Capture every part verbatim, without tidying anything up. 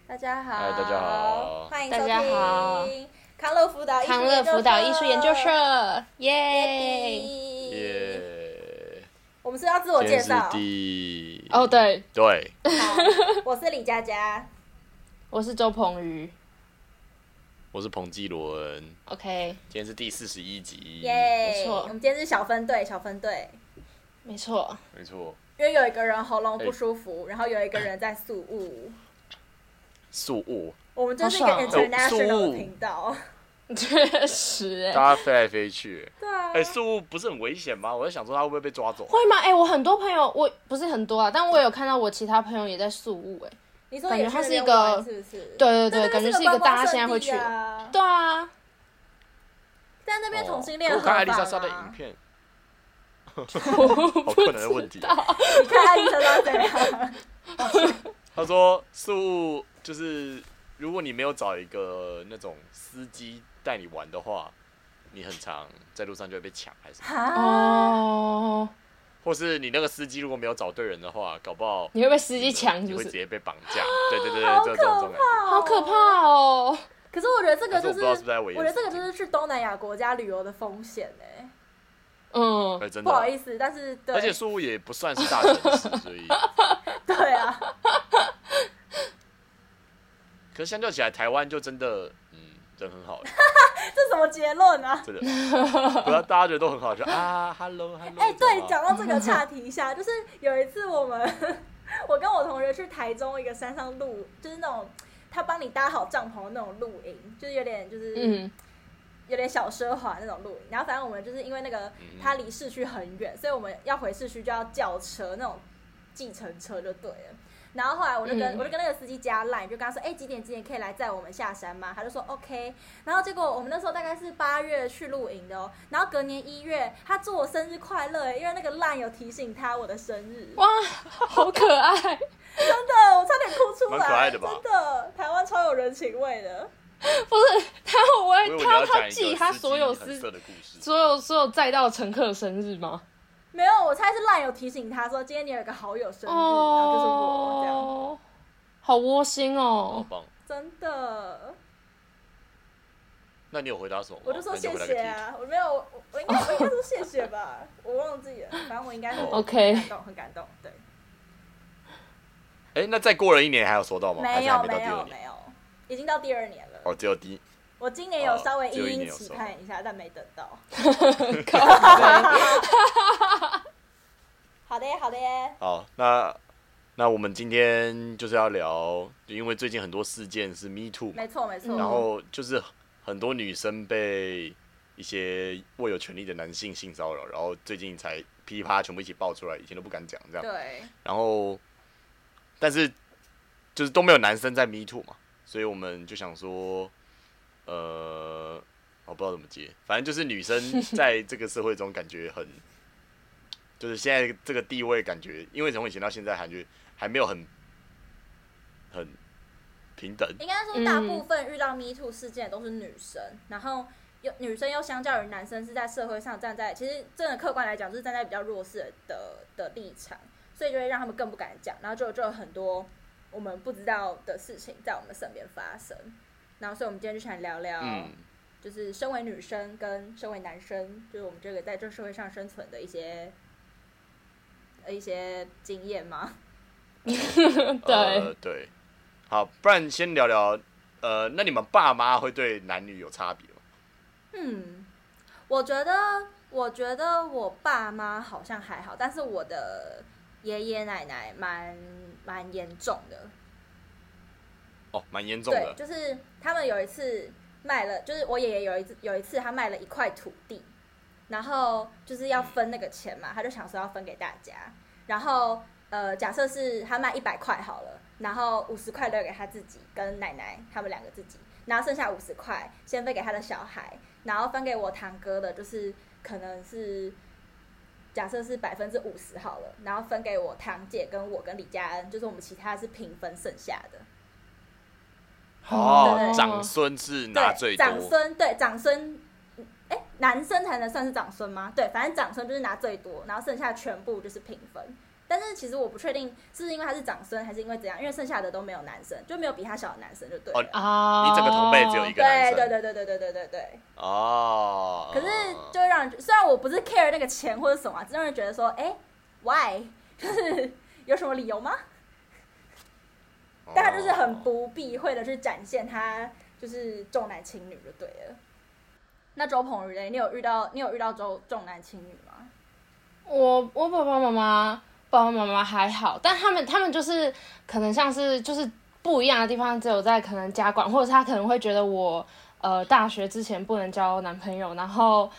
大家好， 嗨，大家好， 欢迎收大家好听康乐辅导康乐辅导艺术研究社，耶！ 耶！ 我们是要自我介绍。 第哦，对对， 好，我是李佳佳， 我是周鹏宇。 我是彭继伦。 OK， 今天是第四十一集， 耶！ 没错我们今天是小分队，小分队， 没错， 没错。 因为有一个人喉咙不舒服，然后有一个人在宿务。 宿务， 我们就是一个好爽哦 international 的频道。 确实哎。 大家飞来飞去。 对啊。 哎，宿务不是很危险吗？我在想说他会不会被抓走？ 会吗？哎、我很多朋友，我不是很多啊，但我有看到我其他朋友也在宿务哎。 你说感觉它是一也去那边玩个是不是？ 对对对， 那感觉是一个个大家现在会去。 观光胜地啊对啊。 但那边同性恋哦、 合法吗？ 我看艾丽莎莎的影片， 我好困难的问题。 你看艾丽莎莎怎样？ 他说宿务就是如果你没有找一个那种司机带你玩的话，你很常在路上就会被抢，还是？ 哦。 或是你那个司机如果没有找对人的话，搞不好你会被司机抢，是不是？ 你会直接被绑架。对对对好对，这种种感觉。 好可怕哦！ 可是我觉得这个就是， 可是我不知道是不是在危言我觉得这个就是去东南亚国家旅游的风险哎。 嗯， 哎，真的。 不好意思，但是对， 而且宿务也不算是大城市，所以。 对啊。 可是相较起来，台湾就真的，嗯，人很好。 这什么结论啊？ 真的，不要大家觉得都很好，就啊 ，hello hello。 哎、欸，对，讲到这个岔题一下，就是有一次我们，我跟我同学去台中一个山上露，就是那种他帮你搭好帐篷的那种露营，就是有点就是，嗯，有点小奢华那种露营。然后反正我们就是因为那个它离市区很远，所以我们要回市区就要叫车，那种计程车就对了。然后后来我就跟、嗯、我就跟那个司机加 line， 就跟他说，哎、欸，几点几点可以来载我们下山吗？他就说 OK。然后结果我们那时候大概是八月去露营的哦，然后隔年一月他祝我生日快乐，因为那个 line 有提醒他我的生日。 哇，好可爱！ 真的，我差点哭出来。 蛮可爱的吧？ 真的，台湾超有人情味的。 不是他，我会他他记他所有司所有所有载到乘客生日吗？ 没有，我猜是 line 有提醒他说今天你有一个好友生日，哦、然后就是我这样。 好窝心哦， 好棒， 真的。 那你有回答什么吗？ 我就说谢谢啊，我没有，我我应该我应该说谢谢吧，我忘记了，反正我应该是 OK， 很感动，很感动，对。 哎、欸，那再过了一年还有收到吗？ 没有，没有，没有，已经到第二年了。 哦，只有第。 我今年有稍微殷殷期盼一下，但没等到。好的耶，好的耶。 好，那那我们今天就是要聊，因为最近很多事件是 Me Too， 没错没错。 然后就是很多女生被一些握有权力的男性性骚扰，然后最近才噼里啪啦全部一起爆出来，以前都不敢讲这样。 对。 然后，但是就是都没有男生在 Me Too 嘛，所以我们就想说。呃，我不知道怎么接，反正就是女生在这个社会中感觉很，就是现在这个地位感觉，因为从以前到现在，感觉还没有很很平等。 应该说，大部分遇到 Me Too 事件都是女生，嗯、然后又女生又相较于男生是在社会上站在，其实真的客观来讲，就是站在比较弱势的的立场，所以就会让他们更不敢讲，然后就就有很多我们不知道的事情在我们身边发生。然后，所以我们今天就想聊聊，嗯、就是身为女生跟身为男生，就是我们这个在这社会上生存的一些一些经验吗？ 对、 呃、对，好，不然先聊聊，呃，那你们爸妈会对男女有差别吗？ 嗯，我觉得，我觉得我爸妈好像还好，但是我的爷爷奶奶蛮蛮严重的。 哦，蛮严重的。 对，就是他们有一次卖了，就是我爷爷有一次有一次他卖了一块土地，然后就是要分那个钱嘛，他就想说要分给大家。然后呃，假设是他卖一百块好了，然后五十块留给他自己跟奶奶他们两个自己，然后剩下五十块先分给他的小孩，然后分给我堂哥的，就是可能是假设是百分之五十好了，然后分给我堂姐跟我跟李佳恩，就是我们其他是平分剩下的。 哦，长孙是拿最多。 长孙对长孙，哎，男生才能算是长孙吗？对，反正长孙就是拿最多，然后剩下全部就是平分。 但是其实我不确定是不是因为他是长孙还是因为怎样，因为剩下的都没有男生，就没有比他小的男生就对了。 哦，你整个同辈只有一个男生。 对对对对对对对对对。 哦。 可是就让人虽然我不是 care 那个钱或者什么，只让人觉得说，哎、欸、，why？ 就是有什么理由吗？但他就是很不避讳的去展现他就是重男轻女就对了。那周鹏宇嘞，你有遇到你有遇到周重男轻女吗？ 我我爸爸妈妈爸爸妈妈还好，但他们他们就是可能像是就是不一样的地方，只有在可能家管，或者是他可能会觉得我呃大学之前不能交男朋友，然后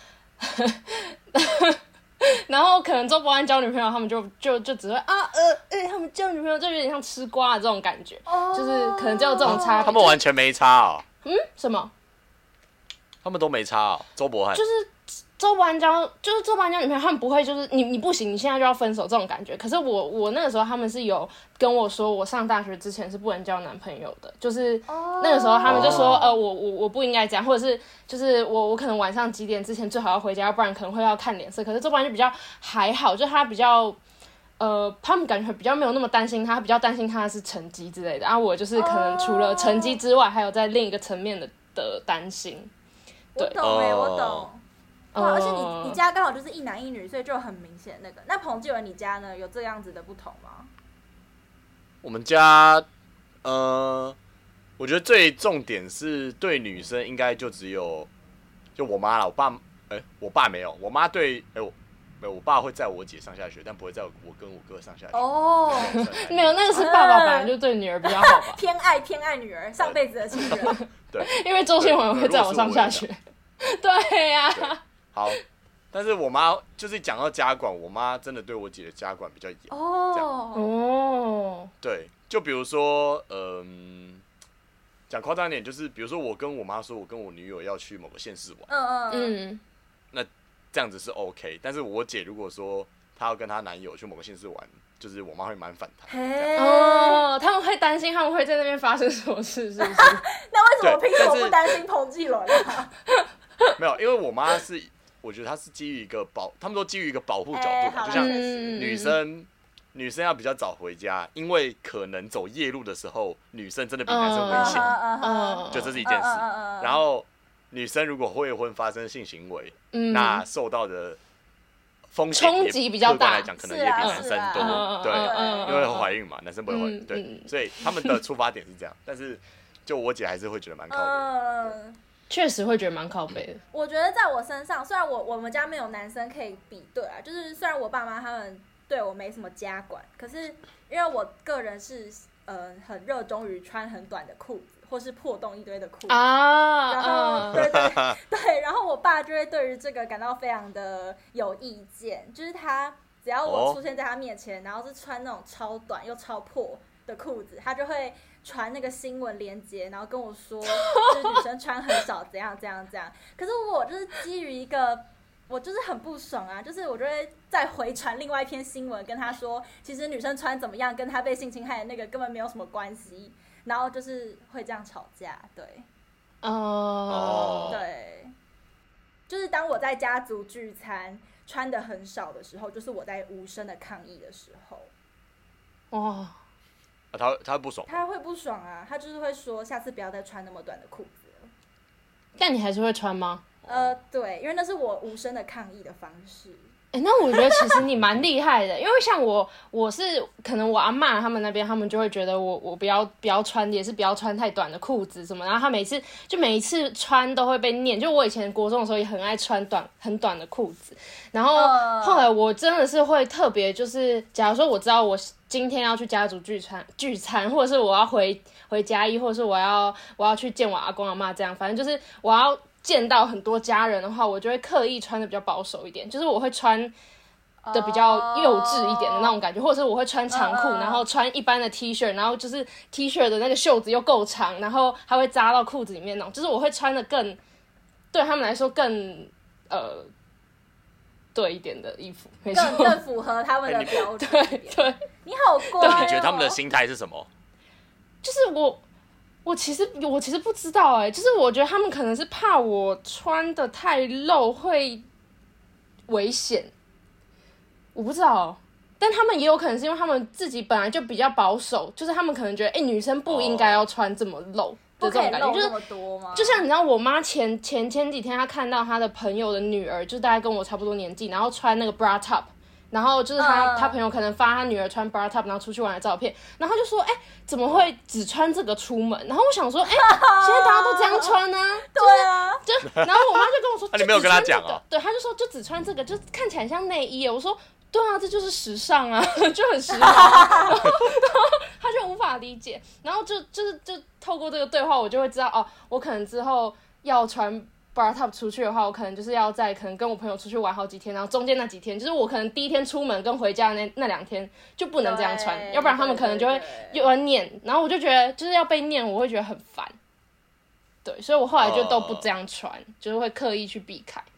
然后可能周伯安交女朋友，他们就就就只会啊呃哎、欸，他们交女朋友就有点像吃瓜的这种感觉， oh. 就是可能就有这种差别。 他们完全没差哦。 嗯，什么？ 他们都没差哦。周伯翰就是周伯安交，就是周伯安交女朋友，他们不会就是你你不行，你现在就要分手这种感觉。可是我我那个时候他们是有跟我说，我上大学之前是不能交男朋友的，就是那个时候他们就说、oh. 呃我我我不应该这样，或者是就是我我可能晚上几点之前最好要回家，要不然可能会要看脸色。可是周伯安就比较还好，就他比较。呃，他们感觉比较没有那么担心他，他比较担心他是成绩之类的。然后、啊、我就是可能除了成绩之外， oh. 还有在另一个层面的的担心。 我懂哎、欸，我懂。哇，而且你你家刚好就是一男一女，所以就很明显那个。那彭继文，你家呢有这样子的不同吗？ 我们家，呃，我觉得最重点是对女生应该就只有就我妈啦，我爸，哎、欸，我爸没有，我妈对，哎、欸、我。没有，我爸会载我姐上下学，但不会载我跟我哥上下学。 哦， 没有，那个是爸爸本来就对女儿比较好吧？ 偏爱偏爱女儿，上辈子的情人。 对， 因为周兴文会载我上下学。对呀、啊。 好，但是我妈就是讲到家管，我妈真的对我姐的家管比较严。 哦哦。 对，就比如说，嗯，讲夸张一点，就是比如说我跟我妈说，我跟我女友要去某个县市玩。 嗯嗯嗯。 那这样子是 OK， 但是我姐如果说她要跟她男友去某个县市玩，就是我妈会蛮反弹。 哦，他们会担心他们会在那边发生什么事，是不是？ 那为什么凭什么不担心彭继伦啊？ 没有，因为我妈是，我觉得她是基于一个保，他们都基于一个保护角度嘛，欸、就像女生、嗯，女生要比较早回家，因为可能走夜路的时候，女生真的比男生危险，嗯嗯、就这是一件事。嗯嗯、然后。女生如果未婚发生性行为，嗯、那受到的风险冲击比较大， 来讲可能也比男生多，啊、对， 嗯、 因为会怀孕嘛，男生不会怀孕，嗯、对，嗯、所以他们的出发点是这样，但是就我姐还是会觉得蛮靠北的， 确、嗯、实会觉得蛮靠北的。 我觉得在我身上，虽然我我们家没有男生可以比对啊，就是虽然我爸妈他们对我没什么家管，可是因为我个人是呃很热衷于穿很短的裤子。或是破洞一堆的裤子啊，然后、uh, 对对对，然后我爸就会对于这个感到非常的有意见，就是他只要我出现在他面前， oh. 然后是穿那种超短又超破的裤子，他就会传那个新闻连结，然后跟我说，就是女生穿很少，怎样怎样怎样。可是我就是基于一个，我就是很不爽啊，就是我就会再回传另外一篇新闻，跟他说，其实女生穿怎么样，跟他被性侵害的那个根本没有什么关系。然后就是会这样吵架，对， 哦、 uh, ，对，就是当我在家族聚餐穿的很少的时候，就是我在无声的抗议的时候， 哇、 啊，他他会不爽， 他会不爽啊，他就是会说下次不要再穿那么短的裤子了。 但你还是会穿吗？ 呃，对，因为那是我无声的抗议的方式。 哎、欸，那我觉得其实你蛮厉害的，因为像我，我是可能我阿嬷他们那边，他们就会觉得我我不要不要穿，也是不要穿太短的裤子什么，然后他每次就每一次穿都会被念，就我以前国中的时候也很爱穿短很短的裤子，然后后来我真的是会特别就是，假如说我知道我今天要去家族聚餐聚餐，或者是我要回回嘉义，或者是我要我要去见我阿公阿嬷这样，反正就是我要。见到很多家人的话，我就会刻意穿的比较保守一点，就是我会穿的比较幼稚一点的那种感觉， oh. 或者是我会穿长裤， uh. 然后穿一般的 T 恤，然后就是 T 恤的那个袖子又够长，然后还会扎到裤子里面那种，就是我会穿的更对他们来说更呃对一点的衣服， 更更符合他们的标准。 对对， 你好乖、哦。 那你觉得他们的心态是什么？ 就是我。我其实我其实不知道哎、欸，就是我觉得他们可能是怕我穿的太露会危险，我不知道。 但他们也有可能是因为他们自己本来就比较保守，就是他们可能觉得，哎、欸，女生不应该要穿这么露的这种感觉，就是就像你知道，我妈前前前几天她看到她的朋友的女儿，就是大概跟我差不多年纪，然后穿那个 bra top。然后就是他，他、uh, 朋友可能发他女儿穿 bra top， 然后出去玩的照片，然后他就说，哎、欸，怎么会只穿这个出门？然后我想说，哎、欸，现在大家都这样穿啊， 对啊， 就然后我妈就跟我说， 啊、你没有跟他讲哦，对，他就说就只穿这个，就看起来像内衣。我说，对啊，这就是时尚啊，就很时髦。然后他就无法理解，然后就就是就透过这个对话，我就会知道，哦，我可能之后要穿bra top 出去的话，我可能就是要在可能跟我朋友出去玩好几天，然后中间那几天，就是我可能第一天出门跟回家的那那两天就不能这样穿，要不然他们可能就会又要念，然后我就觉得就是要被念，我会觉得很烦。对，所以我后来就都不这样穿，呃、就是会刻意去避开。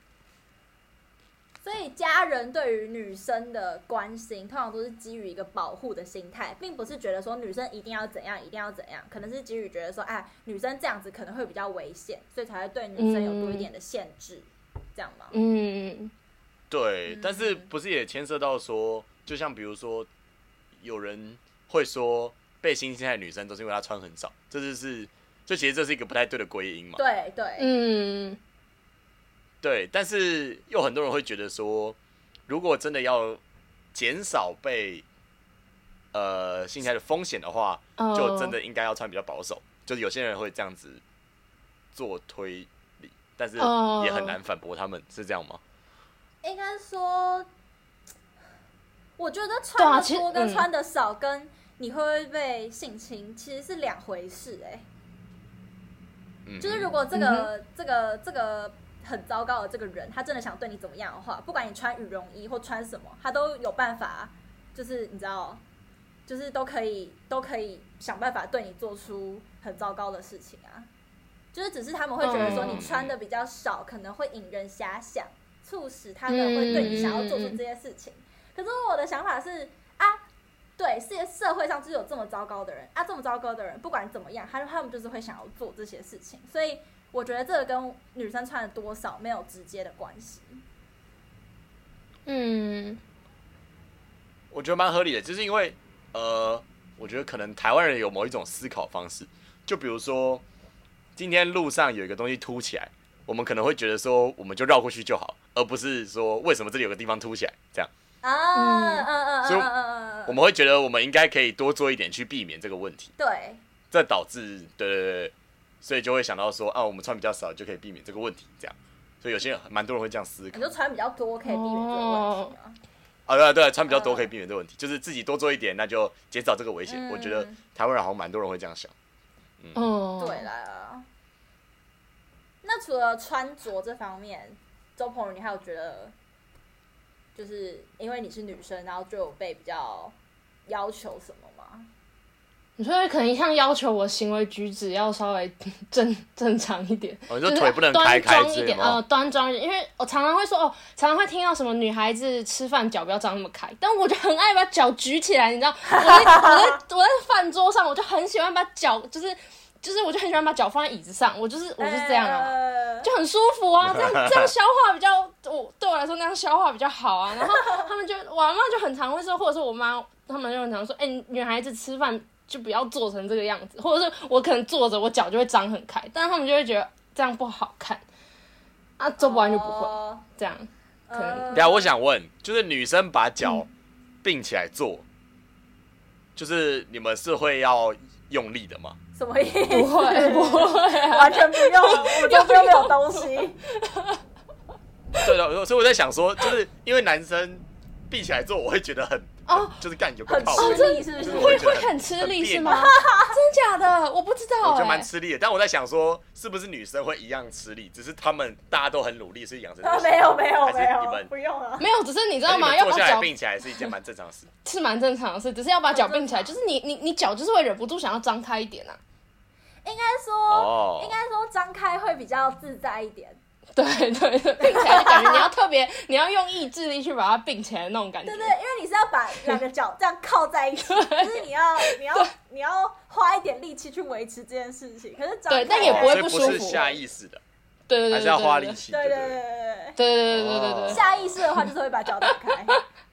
所以家人对于女生的关心，通常都是基于一个保护的心态，并不是觉得说女生一定要怎样，一定要怎样，可能是基于觉得说，哎，女生这样子可能会比较危险，所以才会对女生有多一点的限制，嗯、这样吗？ 嗯， 对，但是不是也牵涉到说，就像比如说，有人会说被性侵害的女生都是因为她穿很少，这就是就其实这是一个不太对的归因嘛。 对对， 嗯。 对，但是又很多人会觉得说，如果真的要减少被呃性侵害的风险的话， oh. 就真的应该要穿比较保守。就是有些人会这样子做推理，但是也很难反驳他们， oh. 是这样吗？ 应该说，我觉得穿的多跟穿的少，跟你会不会被性侵其实是两回事、欸。哎、嗯，就是如果这个、嗯、这个这个。很糟糕的这个人，他真的想对你怎么样的话，不管你穿羽绒衣或穿什么，他都有办法，就是你知道，就是都可以都可以想办法对你做出很糟糕的事情啊。就是只是他们会觉得说你穿的比较少，可能会引人遐想，促使他们会对你想要做出这些事情。可是我的想法是啊，对，是社会上就是有这么糟糕的人啊，这么糟糕的人，不管怎么样，他他们就是会想要做这些事情，所以。我觉得这个跟女生穿的多少没有直接的关系。 嗯， 我觉得蛮合理的，就是因为呃，我觉得可能台湾人有某一种思考方式，就比如说今天路上有一个东西凸起来，我们可能会觉得说我们就绕过去就好，而不是说为什么这里有个地方凸起来这样。 啊，嗯嗯嗯， 所以我们会觉得我们应该可以多做一点去避免这个问题。 对， 这导致对对对。所以就会想到说啊，我们穿比较少就可以避免这个问题，这样。所以有些人蛮多人会这样思考。 你就穿比较多可以避免这个问题啊？ 啊，对啊，对啊，穿比较多可以避免这个问题，就是自己多做一点，那就减少这个危险。嗯、我觉得台湾人好像蛮多人会这样想。 嗯，哦、 对啦。那除了穿着这方面，周鹏宇，你还有觉得，就是因为你是女生，然后就有被比较要求什么吗？ 你说可能像要求我行为举止要稍微正正常一点， 哦，你说腿不能开开一点，呃，端庄一点。因为我常常会说，哦，常常会听到什么女孩子吃饭脚不要张那么开，但我就很爱把脚举起来，你知道，我在我在我在饭桌上，我就很喜欢把脚，就是就是我就很喜欢把脚放在椅子上，我就是我就是这样啊，呃、就很舒服啊，这样这样消化比较，我对我来说那样消化比较好啊。然后他们就我阿嬤就很常会说，或者是我妈他们就很常说，哎、欸，女孩子吃饭。就不要做成这个样子，或者是我可能坐着，我脚就会张很开，但是他们就会觉得这样不好看，啊，做不完就不会，哦、这样可能。 对啊，我想问，就是女生把脚并起来坐，嗯、就是你们是会要用力的吗？ 什么意思？ 不会，不会、啊， 完全不用，我这边没有东西。 对的，所以我在想说，就是因为男生并起来坐，我会觉得很。哦，就是干有个靠背，很吃力是不是？ 会会很吃力是吗？真假的？我不知道、欸。 我觉得蛮吃力的，但我在想说，是不是女生会一样吃力？只是他们大家都很努力，所以养成。 啊，没有没有没有， 你们不用啊。 没有，只是你知道吗？ 要坐下来并起来是一件蛮正常的事。 是蛮正常的事，只是要把脚并起来，就是你你你脚就是会忍不住想要张开一点啊。 应该说，哦、应该说张开会比较自在一点。 对对对，并起来就感觉你要特别，你要用意志力去把它并起来的那种感觉。 对对，因为你是要把两个脚这样靠在一起，就是你要你要你要花一点力气去维持这件事情。可是张开， 对，但也不会不舒服。 所以不是下意识的， 对对对， 还是要花力气。 对对对对对对对对对对。 下意识的话就是会把脚打开。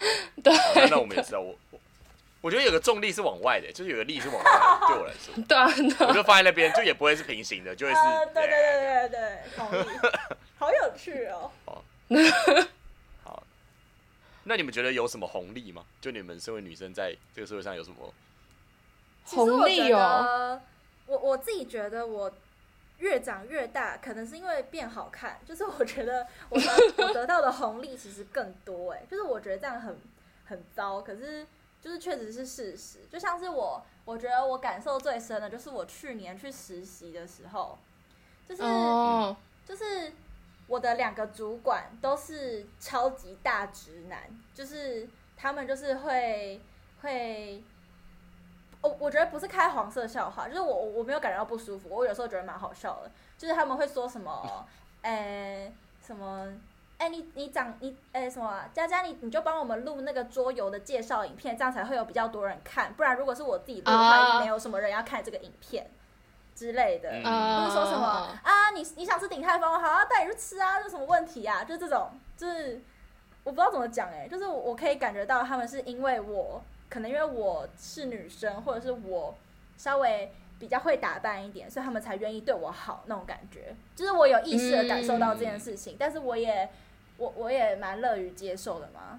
对， 那那我们也知道，我我我觉得有个重力是往外的，就是有个力是往外的，对我来说， 对啊，对啊我就放在那边，就也不会是平行的，就会是， 呃、对对对对对，同意，好有趣哦。 好，好，那你们觉得有什么红利吗？就你们身为女生在这个社会上有什么红利哦？ 我我自己觉得我越长越大，可能是因为变好看，就是我觉得我得我得到的红利其实更多哎，就是我觉得这样很很糟，可是就是确实是事实。就像是我，我觉得我感受最深的就是我去年去实习的时候，就是、oh. 就是我的两个主管都是超级大直男，就是他们就是会会。我我觉得不是开黄色笑话，就是我我没有感觉到不舒服，我有时候觉得蛮好笑的，就是他们会说什么，哎、欸、什么，哎、欸、你你长你哎、欸、什么佳佳你你就帮我们录那个桌游的介绍影片，这样才会有比较多人看，不然如果是我自己录的话， uh. 没有什么人要看这个影片之类的，或者、uh. 说什么啊你你想吃鼎泰丰，好啊带你去吃啊，这什么问题啊？就这种就是我不知道怎么讲哎、欸，就是我可以感觉到他们是因为我。可能因为我是女生，或者是我稍微比较会打扮一点，所以他们才愿意对我好那种感觉。就是我有意识的感受到这件事情，嗯、但是我也我我也蛮乐于接受的嘛。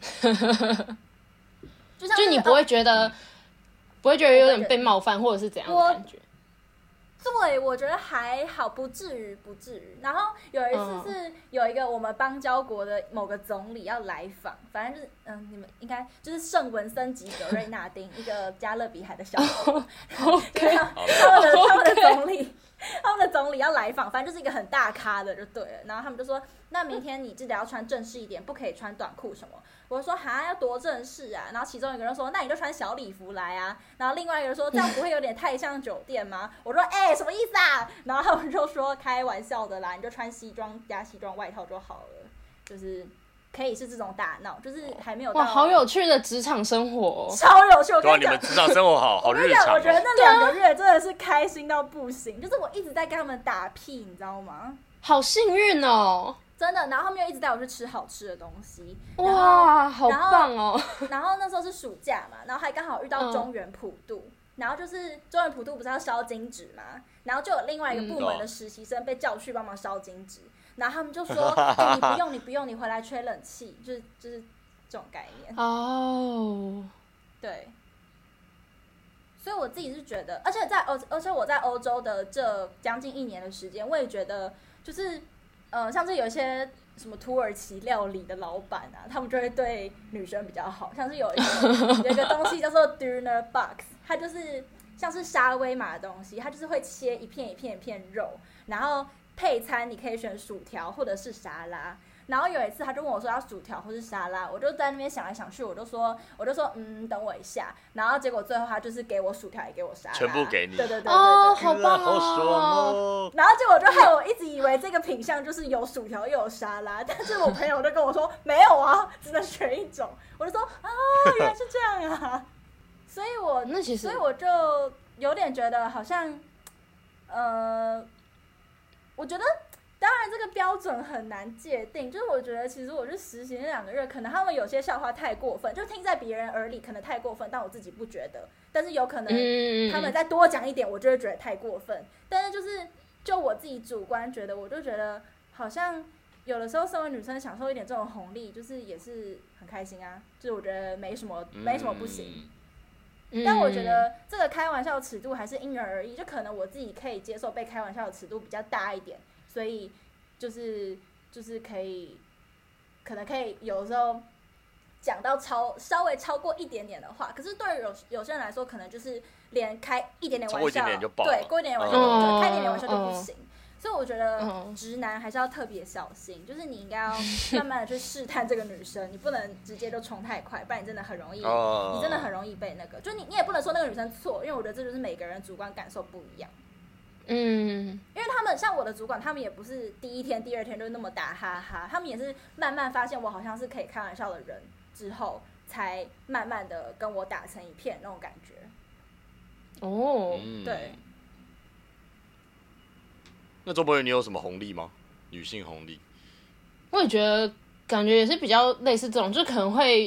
就, 就你不会觉得、哦、不会觉得有点被冒犯，或者是怎样的感觉？ 对，我觉得还好，不至于，不至于。然后有一次是有一个我们邦交国的某个总理要来访，反正就是嗯，你们应该就是圣文森吉格瑞纳丁，一个加勒比海的小国， okay. 他们的他们的总理。他们的总理要来访，反正就是一个很大咖的就对了。然后他们就说，那明天你记得要穿正式一点，不可以穿短裤什么。我就说哈要多正式啊。然后其中一个人说，那你就穿小礼服来啊。然后另外一个人说，这样不会有点太像酒店吗？我说哎、欸、什么意思啊？然后他们就说开玩笑的啦，你就穿西装加西装外套就好了，就是可以是这种打闹，就是还没有到。 哇，好有趣的职场生活、哦， 超有趣！我跟你讲，你们职场生活好好日常、哦。 我觉得那两个月真的是开心到不行，就是我一直在跟他们打屁，你知道吗？ 好幸运哦， 真的。然后他们又一直带我去吃好吃的东西， 哇，好棒哦！ 然后那时候是暑假嘛，然后还刚好遇到中原普渡。嗯然后就是中原普渡不是要烧金纸嘛，然后就有另外一个部门的实习生被叫去帮忙烧金纸，然后他们就说：“欸、你不用，你不用，你回来吹冷气。”就是就是这种概念。哦， oh. 对。所以我自己是觉得，而且在欧，而且我在欧洲的这将近一年的时间，我也觉得就是，呃，像是有一些什么土耳其料理的老板啊，他们就会对女生比较好，像是有一个有一个东西叫做 Döner Box。它就是像是沙威玛的东西，它就是会切一片一片一片肉，然后配餐你可以选薯条或者是沙拉。然后有一次他就问我说要薯条或是沙拉，我就在那边想来想去，我就说我就说嗯等我一下，然后结果最后他就是给我薯条也给我沙拉， 全部给你。 对对对对对， 哦，好棒哦，好爽哦。 然后结果就害我一直以为这个品项就是有薯条又有沙拉，但是我朋友就跟我说没有啊，只能选一种。我就说啊原来是这样啊。所以我， 那其实所以我就有点觉得好像，呃，我觉得当然这个标准很难界定，就是我觉得其实我去实习那两个月，可能他们有些笑话太过分，就听在别人耳里可能太过分，但我自己不觉得，但是有可能他们再多讲一点，我就会觉得太过分。但是就是就我自己主观觉得，我就觉得好像有的时候身为女生享受一点这种红利，就是也是很开心啊，就是我觉得没什么没什么不行。但我觉得这个开玩笑的尺度还是因人而异，就可能我自己可以接受被开玩笑的尺度比较大一点，所以就是就是可以，可能可以有时候讲到超稍微超过一点点的话，可是对于有有些人来说，可能就是连开一点点玩笑，对，过一点点玩笑，哦、开一点点玩笑就不行。哦所以我觉得直男还是要特别小心，就是你应该要慢慢的去试探这个女生，你不能直接就冲太快，不然你真的很容易，哦、你真的很容易被那个，就你你也不能说那个女生错，因为我觉得这就是每个人主观感受不一样。嗯，因为他们像我的主管，他们也不是第一天、第二天就那么打哈哈，他们也是慢慢发现我好像是可以开玩笑的人之后，才慢慢的跟我打成一片那种感觉。哦，对。 那周博宇，你有什么红利吗？女性红利？ 我也觉得，感觉也是比较类似这种，就可能会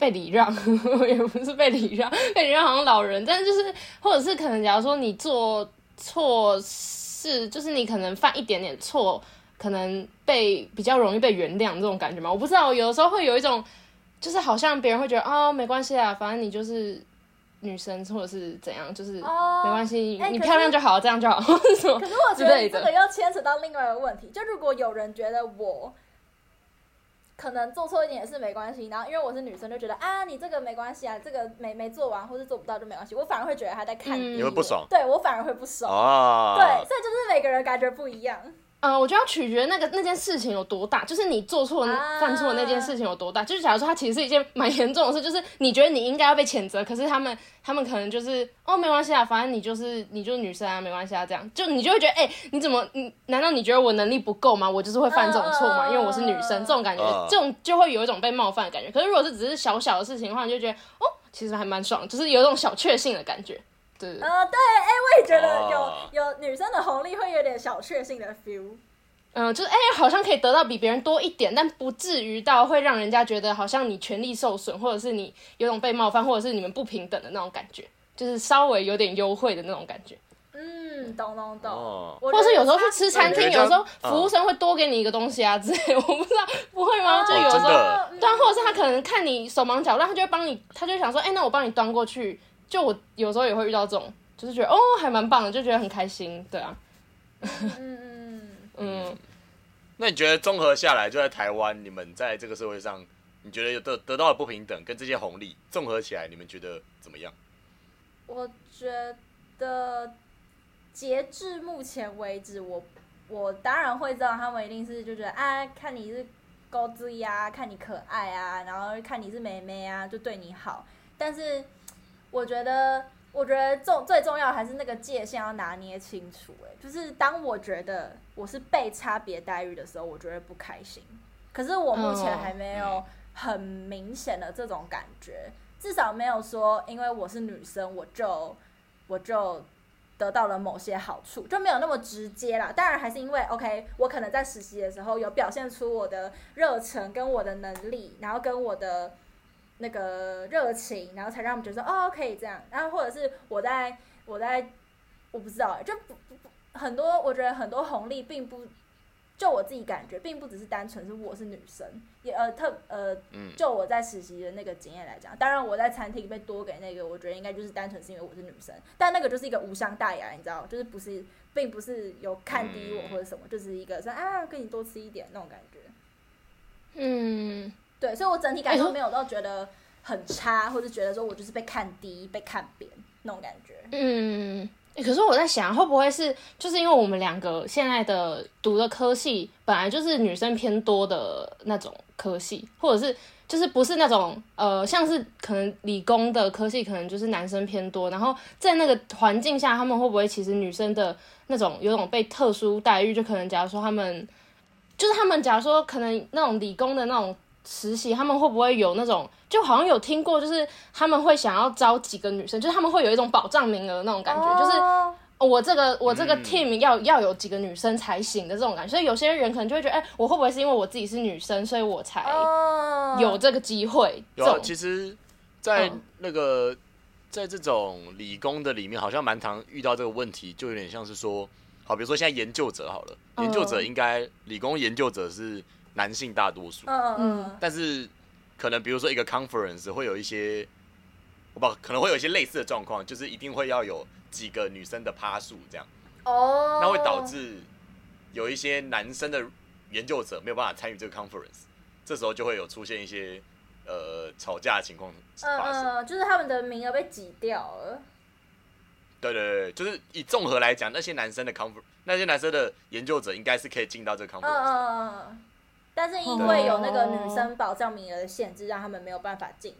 被礼让，也不是被礼让，被礼让好像老人，但是就是或者是可能假如说你做错事，就是你可能犯一点点错，可能被比较容易被原谅这种感觉嘛。我不知道，有的时候会有一种，就是好像别人会觉得哦没关系啊，反正你就是女生或者是怎样，就是没关系，哦欸、你漂亮就好，这样就好。可是我觉得这个又牵扯到另外一个问题，就如果有人觉得我可能做错一点也是没关系，然后因为我是女生就觉得啊你这个没关系啊，这个没没做完或是做不到就没关系，我反而会觉得他在看低我、嗯、 你会不爽， 对我反而会不爽、 啊、 对，所以就是每个人感觉不一样。 呃，我觉得要取决那个那件事情有多大，就是你做错、啊、犯错的那件事情有多大。就是假如说它其实是一件蛮严重的事，就是你觉得你应该要被谴责，可是他们他们可能就是哦没关系啊，反正你就是你就是女生啊，没关系啊，这样就你就会觉得哎、欸，你怎么你难道你觉得我能力不够吗？我就是会犯这种错吗？因为我是女生，这种感觉，这种就会有一种被冒犯的感觉。可是如果是只是小小的事情的话，你就觉得哦，其实还蛮爽，就是有一种小确幸的感觉。对， 呃，对，哎、欸，我也觉得有、哦、有女生的红利会有点小确幸的 feel。 嗯，就是哎、欸，好像可以得到比别人多一点，但不至于到会让人家觉得好像你权利受损，或者是你有种被冒犯，或者是你们不平等的那种感觉，就是稍微有点优惠的那种感觉。 嗯，懂懂懂。 哦、 或者是有时候去吃餐厅，有时候服务生会多给你一个东西啊之类的，我不知道不会吗？哦、就有时候，对啊，或者是他可能看你手忙脚乱，他就会帮你，他就想说，哎、欸，那我帮你端过去。就我有时候也会遇到这种，就是觉得哦还蛮棒的，就觉得很开心，对啊。 嗯嗯嗯。 嗯， 那你觉得综合下来，就在台湾，你们在这个社会上，你觉得有得得到的不平等跟这些红利综合起来，你们觉得怎么样？ 我觉得截至目前为止，我我当然会知道他们一定是就觉得啊，看你是高追啊，看你可爱啊，然后看你是妹妹啊，就对你好。但是我觉得。我觉得重最重要的还是那个界限要拿捏清楚。哎，就是当我觉得我是被差别待遇的时候，我就会不开心。可是我目前还没有很明显的这种感觉，至少没有说因为我是女生，我就我就得到了某些好处，就没有那么直接啦。当然还是因为 OK， 我可能在实习的时候有表现出我的热忱跟我的能力，然后跟我的。那个热情，然后才让他们觉得说哦可以这样，然后或者是我在我在我不知道，就不不很多，我觉得很多红利并不，就我自己感觉，并不只是单纯是我是女生，也呃特呃，就我在实习的那个经验来讲，当然我在餐厅被多给那个，我觉得应该就是单纯是因为我是女生，但那个就是一个无伤大雅，你知道，就是不是并不是有看低我或者什么，就是一个说啊跟你多吃一点那种感觉， 嗯。 对，所以我整体感受没有到觉得很差，或者觉得说我就是被看低、被看扁那种感觉。 嗯，欸、可是我在想，会不会是就是因为我们两个现在的读的科系本来就是女生偏多的那种科系，或者是就是不是那种呃，像是可能理工的科系，可能就是男生偏多，然后在那个环境下，他们会不会其实女生的那种有种被特殊待遇，就可能假如说他们就是他们假如说可能那种理工的那种。实习他们会不会有那种，就好像有听过，就是他们会想要招几个女生，就是他们会有一种保障名额那种感觉， oh. 就是我这个我这个 team 要、嗯、要有几个女生才行的这种感觉，所以有些人可能就会觉得，哎、欸，我会不会是因为我自己是女生，所以我才有这个机会？ Oh. 有啊，其实，在那个、嗯、在这种理工的里面，好像蛮常遇到这个问题，就有点像是说，好，比如说现在研究者好了，研究者应该、嗯、理工研究者是。男性大多数，嗯，但是可能比如说一个 conference 会有一些，我不知道可能会有一些类似的状况，就是一定会要有几个女生的趴数这样，哦，那会导致有一些男生的研究者没有办法参与这个 conference， 这时候就会有出现一些呃吵架的情况发生， 嗯，就是他们的名额被挤掉了。 对对对，就是以综合来讲，那些男生的 conference， 那些男生的研究者应该是可以进到这个 conference， 嗯嗯。 但是因为有那个女生保障名额的限制，让他们没有办法进。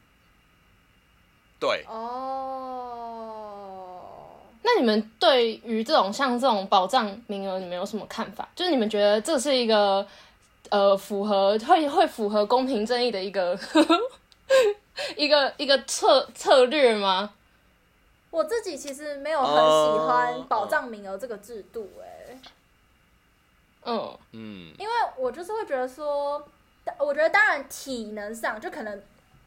对。 哦。 那你们对于这种像这种保障名额，你们有什么看法？就是你们觉得这是一个呃符合会会符合公平正义的一个一个一个策策略吗？ 我自己其实没有很喜欢保障名额这个制度、欸，哎。 嗯嗯，因为我就是会觉得说，我觉得当然体能上就可能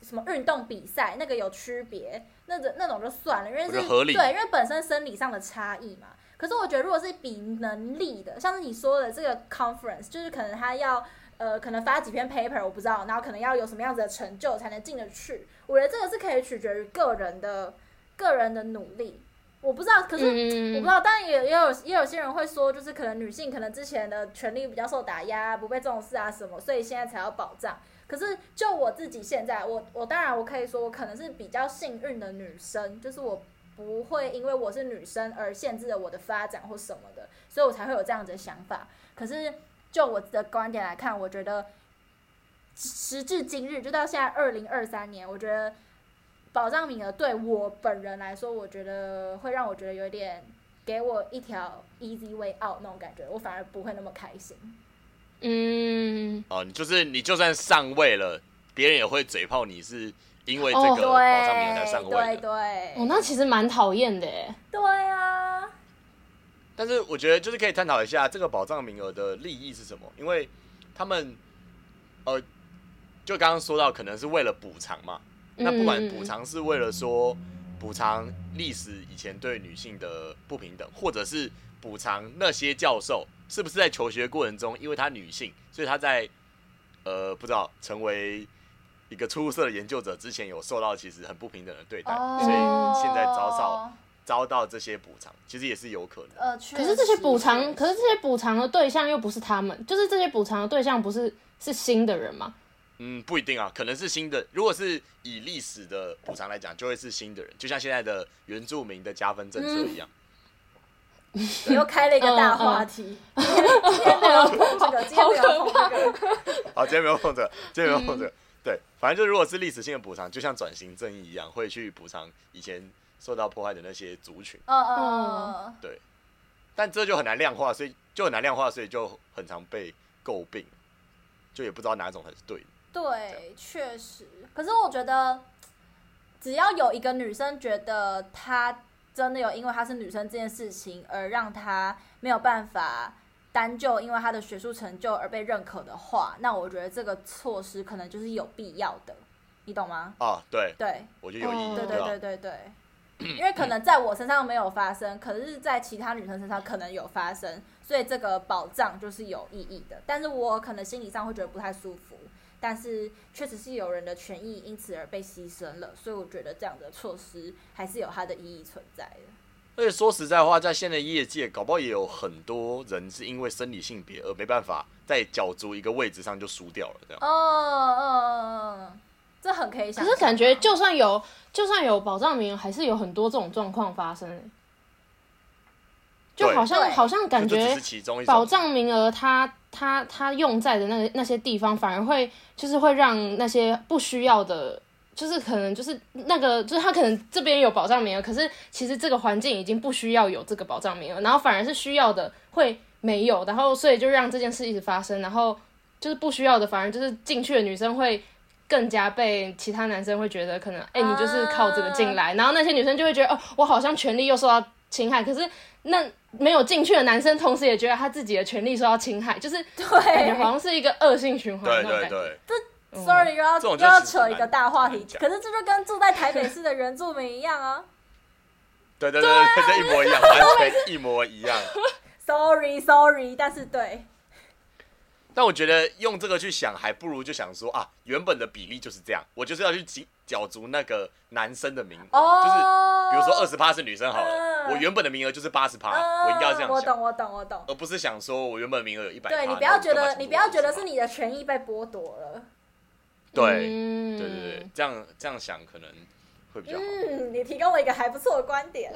什么运动比赛，那个有区别，那种那种就算了，因为是合理对，因为本身生理上的差异嘛。可是我觉得，如果是比能力的，像是你说的这个 conference， 就是可能他要呃，可能发几篇 paper， 我不知道，然后可能要有什么样子的成就才能进得去。我觉得这个是可以取决于个人的个人的努力。我不知道，可是我不知道，当然也也有也有些人会说，就是可能女性可能之前的权利比较受打压，不被重视啊什么，所以现在才要保障。可是就我自己现在，我我当然我可以说，我可能是比较幸运的女生，就是我不会因为我是女生而限制了我的发展或什么的，所以我才会有这样子的想法。可是就我的观点来看，我觉得时至今日，就到现在二零二三年，我觉得保障名额对我本人来说，我觉得会让我觉得有点给我一条 easy way out 那种感觉，我反而不会那么开心。 嗯， 哦，就是你就算上位了，别人也会嘴炮你是因为这个保障名额才上位的。 对对对， 哦，那其实蛮讨厌的耶。 对啊。 但是我觉得就是可以探讨一下这个保障名额的利益是什么，因为他们呃，就刚刚说到可能是为了补偿嘛，那不管补偿是为了说补偿历史以前对女性的不平等，或者是补偿那些教授是不是在求学过程中，因为她女性，所以她在呃不知道成为一个出色的研究者之前有受到其实很不平等的对待， 哦、 所以现在遭到遭到这些补偿，其实也是有可能。 呃， 可是这些补偿，可是这些补偿的对象又不是他们，就是这些补偿的对象不是是新的人吗？ 嗯，不一定啊，可能是新的。如果是以历史的补偿来讲，就会是新的人，就像现在的原住民的加分政策一样。 嗯、又开了一个大话题，嗯嗯、今天没有碰这个，今天没有碰这个。 好，今天没有碰这个，今天没有碰这个。嗯、对，反正就如果是历史性的补偿，就像转型正义一样，会去补偿以前受到迫害的那些族群。 嗯嗯， 对。但这就很难量化，所以就很难量化，所以就很常被诟病，就也不知道哪种才是对的。 对，确实。可是我觉得，只要有一个女生觉得她真的有因为她是女生这件事情而让她没有办法单就因为她的学术成就而被认可的话，那我觉得这个措施可能就是有必要的，你懂吗？ 啊，对， 对， 我觉得有意义。 对对对对对。因为可能在我身上没有发生，可是在其他女生身上可能有发生，所以这个保障就是有意义的。但是我可能心理上会觉得不太舒服，但是确实是有人的权益因此而被牺牲了，所以我觉得这样的措施还是有它的意义存在的。 而且说实在话，在现在业界，搞不好也有很多人是因为生理性别而没办法在角逐一个位置上就输掉了，这样。 哦哦，这很可以想象。 可是感觉就算有就算有保障名额，还是有很多这种状况发生。就好像好像感觉保障名额它它它用在的那个那些地方，反而会就是会让那些不需要的，就是可能就是那个就是他可能这边有保障名额，可是其实这个环境已经不需要有这个保障名额，然后反而是需要的会没有，然后所以就让这件事一直发生，然后就是不需要的反而就是进去的女生会更加被其他男生会觉得可能哎、欸、你就是靠这个进来，然后那些女生就会觉得哦我好像权利又受到侵害，可是那没有进去的男生同时也觉得他自己的权利受到侵害，就是感觉好像是一个恶性循环的那种感觉。 对对对。 这 sorry 又要又要扯一个大话题，可是这就跟住在台北市的原住民一样啊。 对对对对，这一模一样，完全一模一样。 Sorry Sorry， 但是对。 但我觉得用这个去想，还不如就想说啊，原本的比例就是这样，我就是要去角逐那个男生的名额， oh, 就是比如说二十趴是女生好了，呃、我原本的名额就是八十趴，我应该要这样想。 我懂我懂我懂， 而不是想说我原本的名额有一百趴。 对你不要觉得你不要觉得是你的权益被剥夺了。 对、 嗯、 对对对，这样这样想可能会比较好。 嗯，你提供了一个还不错的观点。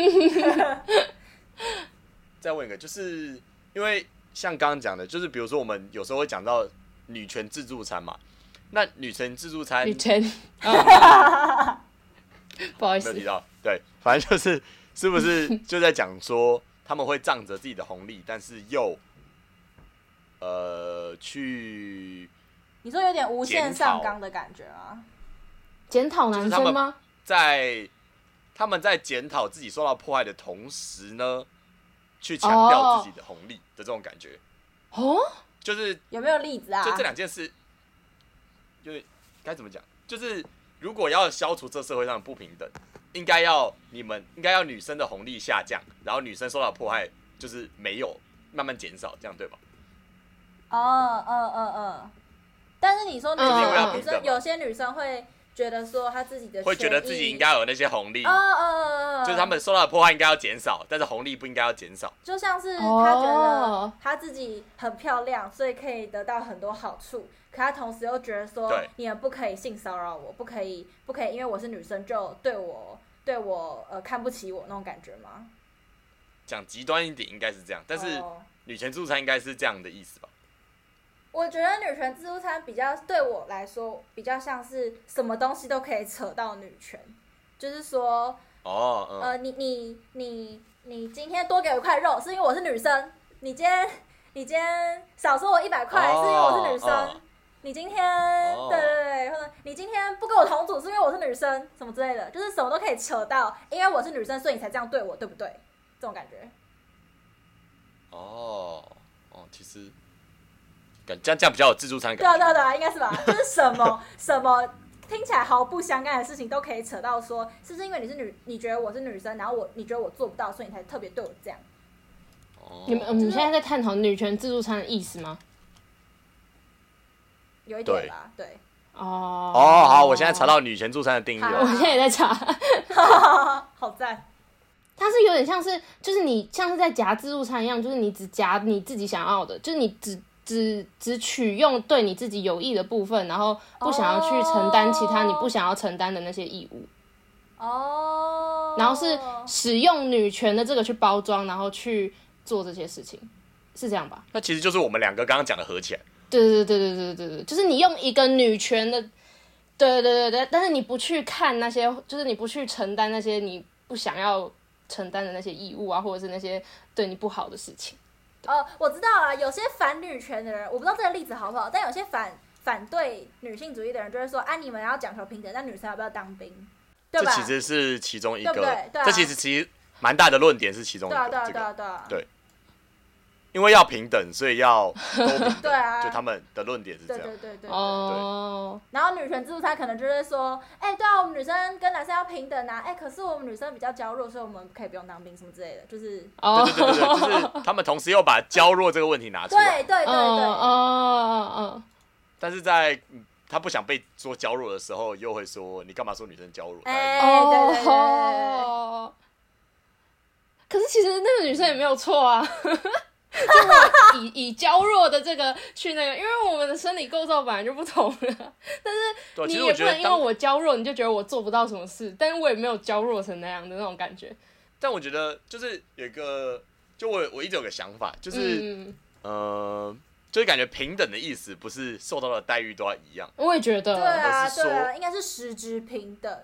再问一个，就是因为像刚刚讲的，就是比如说我们有时候会讲到女权自助餐嘛，那女权自助餐， 女权，不好意思， 没有提到，对，反正就是是不是就在讲说他们会仗着自己的红利，但是又呃去。 你说有点无限上纲的感觉啊？ 检讨男生吗？ 在他们在检讨自己受到迫害的同时呢，去强调自己的红利的这种感觉。 哦， 就是有没有例子啊？ 就这两件事，就是该怎么讲？ 就是如果要消除这社会上的不平等，应该要你们应该要女生的红利下降，然后女生受到的迫害就是没有慢慢减少，这样对吧？ 哦，嗯嗯嗯。但是你说女生， 嗯、 女生有些女生会觉得说她自己的会觉得自己应该有那些红利， 哦哦哦， 就是他们受到的迫害应该要减少，但是红利不应该要减少。 就像是她觉得她自己很漂亮，所以可以得到很多好处，可她同时又觉得说，你们不可以性骚扰我，不可以不可以，因为我是女生就对我对我呃看不起我那种感觉吗？ 讲极端一点应该是这样，但是女权自助餐应该是这样的意思吧？ 我觉得女权自助餐比较对我来说比较像是什么东西都可以扯到女权，就是说， 哦，嗯、 呃，你你你你今天多给我一块肉是因为我是女生，你今天你今天少收我一百块是因为我是女生，哦、你今天、哦、对对对，或者你今天不跟我同组是因为我是女生，什么之类的，就是什么都可以扯到，因为我是女生所以你才这样对我，对不对？这种感觉。 哦哦，其实。这样这样比较有自助餐的感觉。对啊对啊对啊，应该是吧？就是什么什么听起来毫不相干的事情都可以扯到说，是不是因为你是女，你觉得我是女生，然后我你觉得我做不到，所以你才特别对我这样。 哦。 你们我们现在在探讨女权自助餐的意思吗？ 有一点吧，对。 哦。 哦，好，我现在查到女权自助餐的定义了。 我现在也在查。 好赞。 它是有点像是，就是你像是在夹自助餐一样，就是你只夹你自己想要的，就是你只。只只取用对你自己有益的部分，然后不想要去承担其他你不想要承担的那些义务。 哦。 然后是使用女权的这个去包装，然后去做这些事情，是这样吧？ 那其实就是我们两个刚刚讲的合起来。 对对对对对对对对，就是你用一个女权的，对对对对，但是你不去看那些，就是你不去承担那些你不想要承担的那些义务啊，或者是那些对你不好的事情。 哦，我知道了，有些反女权的人，我不知道这个例子好不好，但有些反反对女性主义的人就会说，啊，你们要讲求平等，那女生要不要当兵？对吧？ 这其实是其中一个， 对不对？对啊、 这其实其实蛮大的论点是其中一个， 对啊对啊对啊对啊， 对，因为要平等，所以要都平等， 对啊， 就他们的论点是这样， 对对对对哦。 然后女权自助餐可能就会说，哎、欸，对啊，我们女生跟男生要平等啊，哎、欸，可是我们女生比较娇弱，所以我们可以不用当兵什么之类的，就是， 哦， 对对对对，就是他们同时又把娇弱这个问题拿出来， 对对对对，哦哦哦， 但是在他不想被说娇弱的时候，又会说你干嘛说女生娇弱？ 哎、欸，对对对对。 可是其实那个女生也没有错啊。就我以以娇弱的这个去那个，因为我们的生理构造本来就不同了，但是你也不能因为我娇弱你就觉得我做不到什么事，但是我也没有娇弱成那样的那种感觉。 但我觉得就是有一个，就我我一直有个想法，就是、嗯、呃，就是感觉平等的意思不是受到的待遇都要一样。 我也觉得， 对啊对啊，应该是实质平等，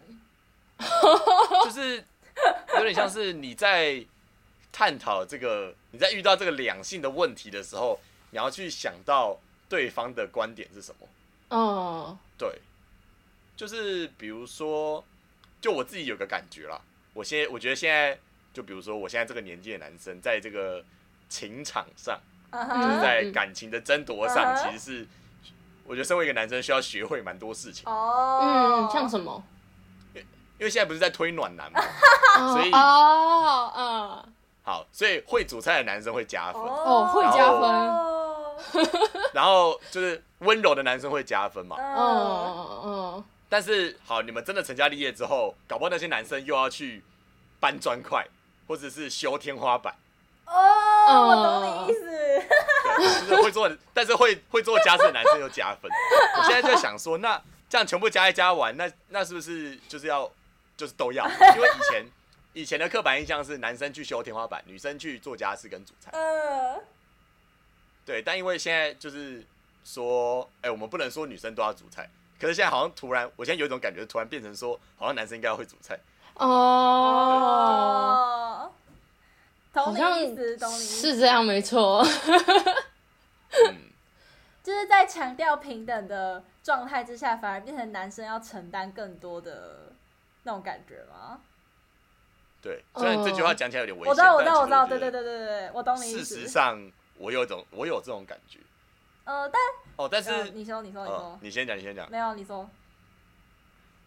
就是有点像是你在探讨这个，你在遇到这个两性的问题的时候，你要去想到对方的观点是什么。 哦， 对，就是比如说，就我自己有个感觉啦，我现在我觉得现在，就比如说我现在这个年纪的男生，在这个情场上， uh-huh. 就是在感情的争夺上， uh-huh. 其实是我觉得身为一个男生需要学会蛮多事情。 哦、 oh. 嗯，像什么？ 因为现在不是在推暖男嘛， oh. 所以哦，嗯。 好，所以会煮菜的男生会加分哦，会加分。 然后就是温柔的男生会加分嘛。 嗯嗯嗯。 但是好，你们真的成家立业之后，搞不好那些男生又要去搬砖块，或者是修天花板。 哦，我懂你意思。 对，就是会做，但是会会做家事的男生又加分。我现在就在想说，那这样全部加一加完，那那是不是就是要就是都要？因为以前。以前的刻板印象是男生去修天花板，女生去做家事跟煮菜。 呃， 对，但因为现在就是说，哎、欸，我们不能说女生都要煮菜，可是现在好像突然，我现在有一种感觉，突然变成说，好像男生应该要会煮菜。 哦，懂你意思，懂你意思， 是这样，没错。 嗯， 就是在强调平等的状态之下，反而变成男生要承担更多的那种感觉吗？ 对，虽然这句话讲起来有点危险， 我知道，我知道，我知道，对对对对对，我懂你意思。 事实上，我有种，我有这种感觉。 呃，但哦，但是、呃、 你说，你说，你说、 呃，你先讲，你先讲。 没有，你说。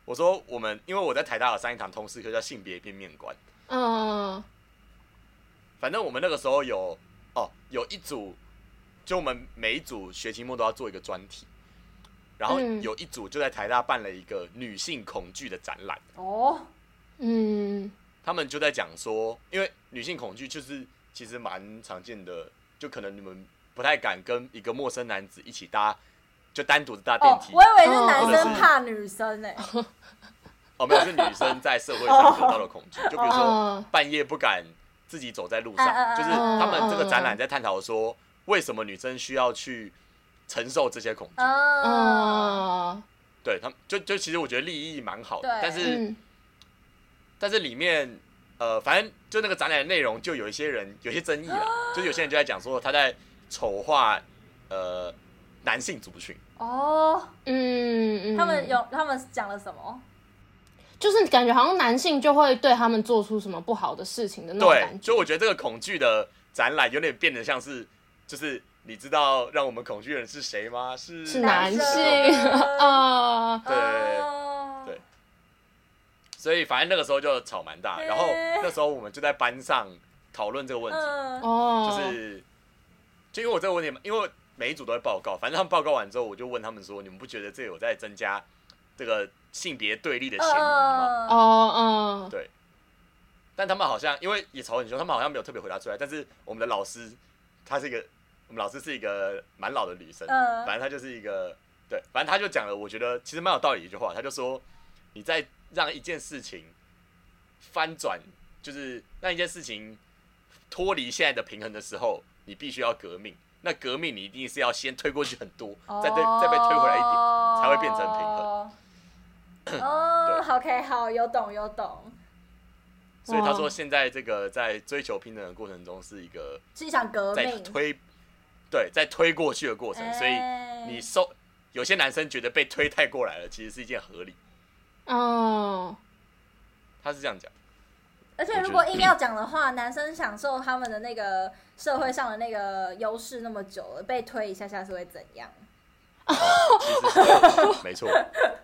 我说我们因为我在台大有上一堂通识课叫性别边面观， 嗯， 反正我们那个时候有哦有一组，就我们每一组学期末都要做一个专题，然后有一组就在台大办了一个女性恐惧的展览。 哦， 嗯， 他们就在讲说，因为女性恐惧就是其实蛮常见的，就可能你们不太敢跟一个陌生男子一起搭，就单独的搭电梯。 哦，我以为是男生怕女生哎、欸。 哦，没有，是女生在社会上得到的恐惧，就比如说半夜不敢自己走在路上，就是他们这个展览在探讨说，为什么女生需要去承受这些恐惧。 哦， 对他们就就其实我觉得立意蛮好的，但是、 嗯、 但是里面呃，反正就那个展览的内容，就有一些人有些争议啦，就有些人就在讲说他在丑化呃男性族群。 哦， 嗯嗯， 他们有他们讲了什么？ 就是感觉好像男性就会对他们做出什么不好的事情的那种感觉。 对，就我觉得这个恐惧的展览有点变得像是，就是你知道让我们恐惧的人是谁吗？是是男性啊， 对对。所以反正那个时候就吵蛮大，然后那时候我们就在班上讨论这个问题， 哦， 就是就因为我这个问题，因为每一组都会报告，反正他们报告完之后，我就问他们说，你们不觉得这有在增加这个性别对立的嫌疑吗？ 哦哦， 对。但他们好像因为也吵很凶，他们好像没有特别回答出来。但是我们的老师，她是一个，我们老师是一个蛮老的女生，反正她就是一个，对，反正她就讲了，我觉得其实蛮有道理的一句话，她就说，你在让一件事情翻转，就是让一件事情脱离现在的平衡的时候，你必须要革命。那革命你一定是要先推过去很多，再对再被推回来一点，才会变成平衡。 哦 ，OK， 好，有懂有懂。 所以他说，现在这个在追求平等的过程中，是一个是一场革命， 在推，对，在推过去的过程。欸、所以你受有些男生觉得被推太过来了，其实是一件合理。 哦， 他是这样讲。 而且如果硬要讲的话，男生享受他们的那个社会上的那个优势那么久了，被推一下下是会怎样？ 哦、其实是没错。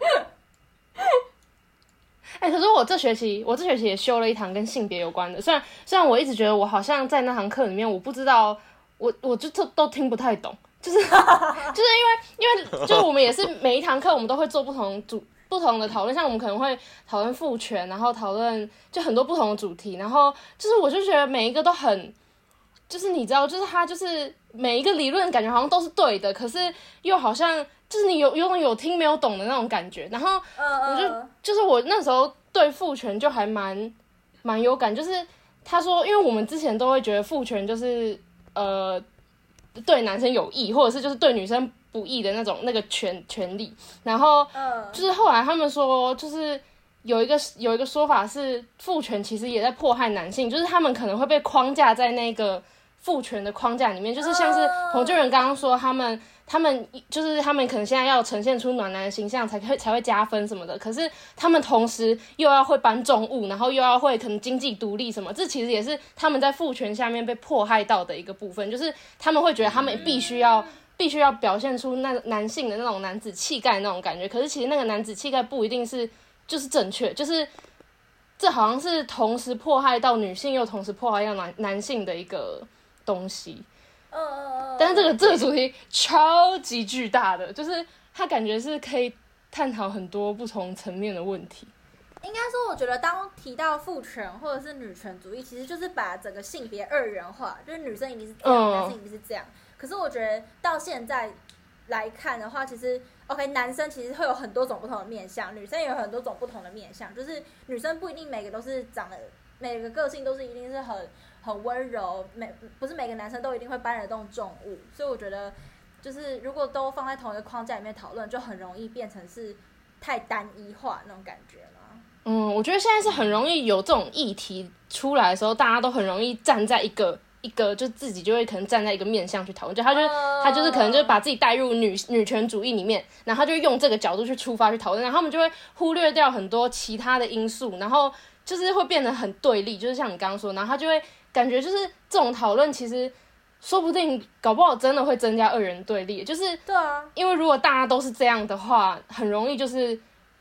哎、欸，可是我这学期，我这学期也修了一堂跟性别有关的。虽然虽然我一直觉得我好像在那堂课里面，我不知道，我我就都都听不太懂，就是就是因为因为就是我们也是每一堂课我们都会做不同主不同的讨论，像我们可能会讨论父权，然后讨论就很多不同的主题，然后就是我就觉得每一个都很，就是你知道，就是它就是每一个理论感觉好像都是对的，可是又好像。就是你有有有听没有懂的那种感觉，然后我就就是我那时候对父权就还蛮蛮有感，就是他说，因为我们之前都会觉得父权就是呃对男生有益，或者是就是对女生不义的那种那个权权利，然后就是后来他们说，就是有一个有一个说法是父权其实也在迫害男性，就是他们可能会被框架在那个父权的框架里面，就是像是彭俊仁刚刚说他们。他们就是他们可能现在要呈现出暖男的形象才会才会加分什么的，可是他们同时又要会搬重物，然后又要会可能经济独立什么，这其实也是他们在父权下面被迫害到的一个部分，就是他们会觉得他们必须要必须要表现出那男性的那种男子气概那种感觉，可是其实那个男子气概不一定是就是正确，就是这好像是同时迫害到女性又同时迫害到男男性的一个东西。 嗯嗯嗯， 但是这个这个主题超级巨大的，就是它感觉是可以探讨很多不同层面的问题。 应该说，我觉得当提到父权或者是女权主义，其实就是把整个性别二元化，就是女生一定是这样，嗯、男生一定是这样。可是我觉得到现在来看的话，其实 OK， 男生其实会有很多种不同的面向，女生也有很多种不同的面向，就是女生不一定每个都是长得，每个个性都是一定是很。很温柔，每不是每个男生都一定会搬得动重物，所以我觉得就是如果都放在同一个框架里面讨论，就很容易变成是太单一化那种感觉嘛。 嗯，我觉得现在是很容易有这种议题出来的时候，大家都很容易站在一个一个就自己就会可能站在一个面向去讨论，就他就、uh... 他就是可能就把自己带入女女权主义里面，然后他就用这个角度去出发去讨论，然后他们就会忽略掉很多其他的因素，然后就是会变得很对立，就是像你刚刚说，然后他就会。感觉就是这种讨论，其实说不定搞不好真的会增加二元对立。就是， 对啊， 因为如果大家都是这样的话，很容易就是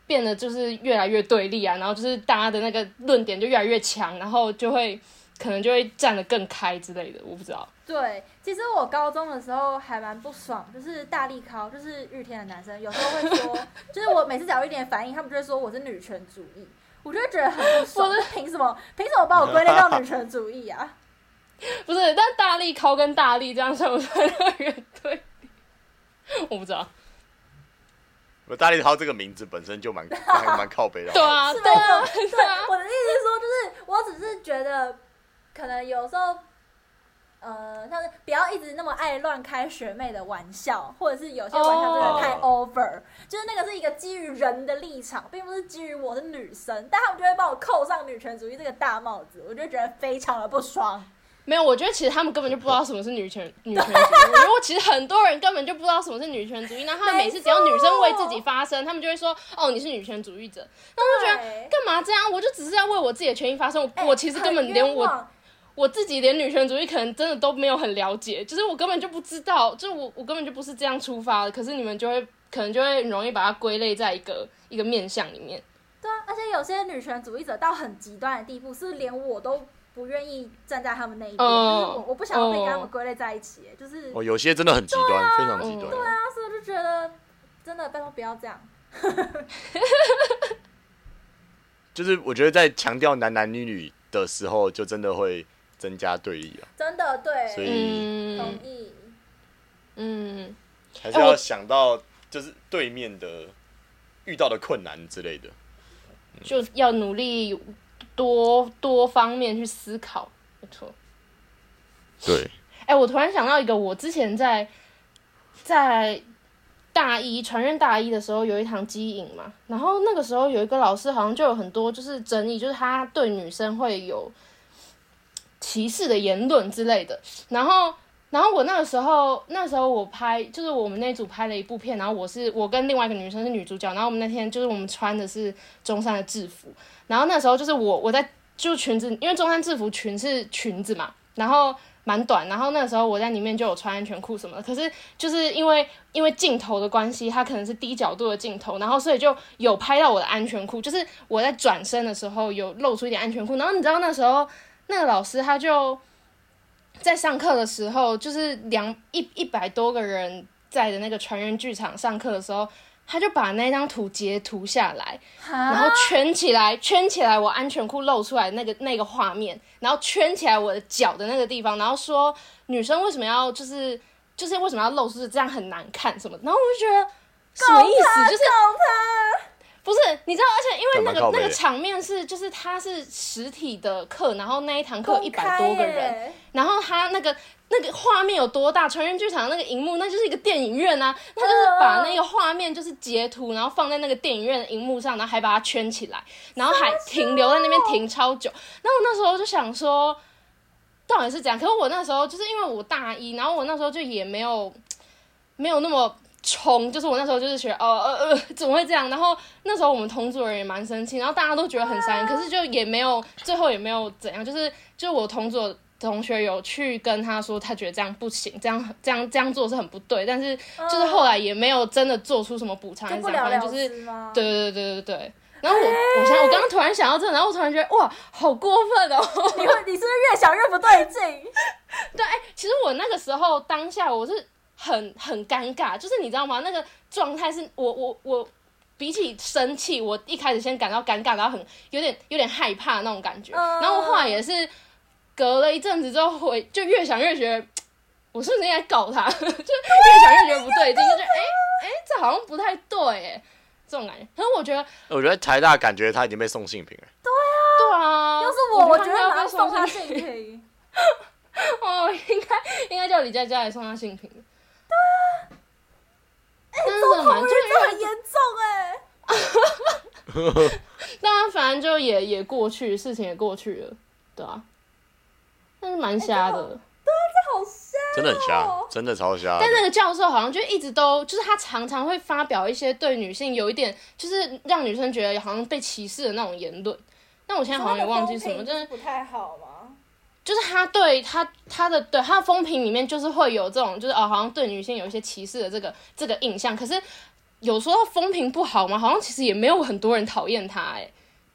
变得就是越来越对立啊，然后就是大家的那个论点就越来越强，然后就会可能就会站得更开之类的，我不知道。 对，其实我高中的时候还蛮不爽，就是大力考，就是日天的男生有时候会说，就是我每次只要有一点反应，他们就会说我是女权主义，我就会觉得很不爽，凭什么凭什么把我归类到女权主义啊？ 不是，但大力考跟大力这样算不算二元对立？我不知道。 大力考这个名字本身就蛮蛮蛮靠北的。 对啊，对啊，对啊。 我的意思是说，就是我只是觉得，可能有时候。呃，像是不要一直那么爱乱开学妹的玩笑，或者是有些玩笑真的太 over，、oh. 就是那个是一个基于人的立场，并不是基于我是女生，但他们就会帮我扣上女权主义这个大帽子，我就觉得非常的不爽。 没有，我觉得其实他们根本就不知道什么是女权女权主义。我觉得其实很多人根本就不知道什么是女权主义，然后他们每次只要女生为自己发声，他们就会说：“哦，你是女权主义者。”那我就觉得干嘛这样？我就只是要为我自己的权益发声，我, 我其实根本连我。我自己连女权主义可能真的都没有很了解，就是我根本就不知道，就是我我根本就不是这样出发的，可是你们就会可能就会很容易把它归类在一个一个面向里面。 对啊，而且有些女权主义者到很极端的地步，是连我都不愿意站在他们那一边， uh, 就是我我不想要被跟他们归类在一起，就是哦，有些真的很极端，啊、非常极端。 对啊，所以我就觉得真的拜托不要这样。 就是我觉得在强调男男女女的时候，就真的会增加对立啊， 真的对， 所以同意， 嗯， 还是要想到就是对面的遇到的困难之类的， 嗯、就要努力多多方面去思考，没错。 对， 哎、欸，我突然想到一个，我之前在在大一传院大一的时候有一堂基营嘛，然后那个时候有一个老师好像就有很多就是争议，就是他对女生会有歧视的言论之类的，然后，然后我那个时候，那时候我拍，就是我们那组拍了一部片，然后我是我跟另外一个女生是女主角，然后我们那天就是我们穿的是中山的制服，然后那时候就是我我在就裙子，因为中山制服裙是裙子嘛，然后蛮短，然后那个时候我在里面就有穿安全裤什么的，可是就是因为因为镜头的关系，它可能是低角度的镜头，然后所以就有拍到我的安全裤，就是我在转身的时候有露出一点安全裤，然后你知道那时候。那个老师他就在上课的时候，就是两一一百多个人在的那个传人剧场上课的时候，他就把那张图截图下来，然后圈起来，圈起来我安全裤露出来那个那个画面，然后圈起来我的脚的那个地方，然后说女生为什么要就是就是为什么要露出这样很难看什么，然后我就觉得什么意思？就是不是，你知道，而且因为那个那个场面是，就是他是实体的课，然后那一堂课一百多个人，然后他那个那个画面有多大？传人剧场那个荧幕，那就是一个电影院啊，他就是把那个画面就是截图，然后放在那个电影院的荧幕上，然后还把它圈起来，然后还停留在那边停超久。然后我那时候就想说，到底是怎样？可是我那时候就是因为我大一，然后我那时候就也没有没有那么。冲，就是我那时候就是觉得，哦呃呃，怎么会这样？然后那时候我们同组人也蛮生气，然后大家都觉得很伤人，可是就也没有，最后也没有怎样，就是就是我同组的同学有去跟他说，他觉得这样不行，这样这样这样做是很不对，但是就是后来也没有真的做出什么补偿， 不了了之就是对对对对对对。然后我、欸、我想我刚刚突然想到这个，然后我突然觉得哇，好过分哦！ 你会你是不是越想越不对劲？ 对，哎、欸，其实我那个时候当下我是。很很尴尬，就是你知道吗？那个状态是我我我比起生气，我一开始先感到尴尬，然后很有点有点害怕那种感觉。Uh... 然后我后来也是隔了一阵子之后回，就越想越觉得，我是不是应该告他？就越想越觉得不对劲，就觉得哎哎，这好像不太对哎，这种感觉。可是我觉得， 我觉得台大感觉他已经被送性平了。 对啊， 对啊， 要是我，我觉得马上送他性平。 哦，应该应该叫李佳佳来送他性平。 对啊，哎、欸，周同学这很严重哎、欸。 当然，反正就也也过去，事情也过去了，对啊。但是蛮瞎的、欸。 对啊，这好瞎、喔。 真的很瞎，真的超瞎。 但那个教授好像就一直都，就是他常常会发表一些对女性有一点，就是让女生觉得好像被歧视的那种言论。但我现在好像也忘记什么，就是不太好嘛。 就是他对他他的对他的风评里面就是会有这种就是哦好像对女性有一些歧视的这个这个印象，可是有说风评不好吗？好像其实也没有很多人讨厌他，哎，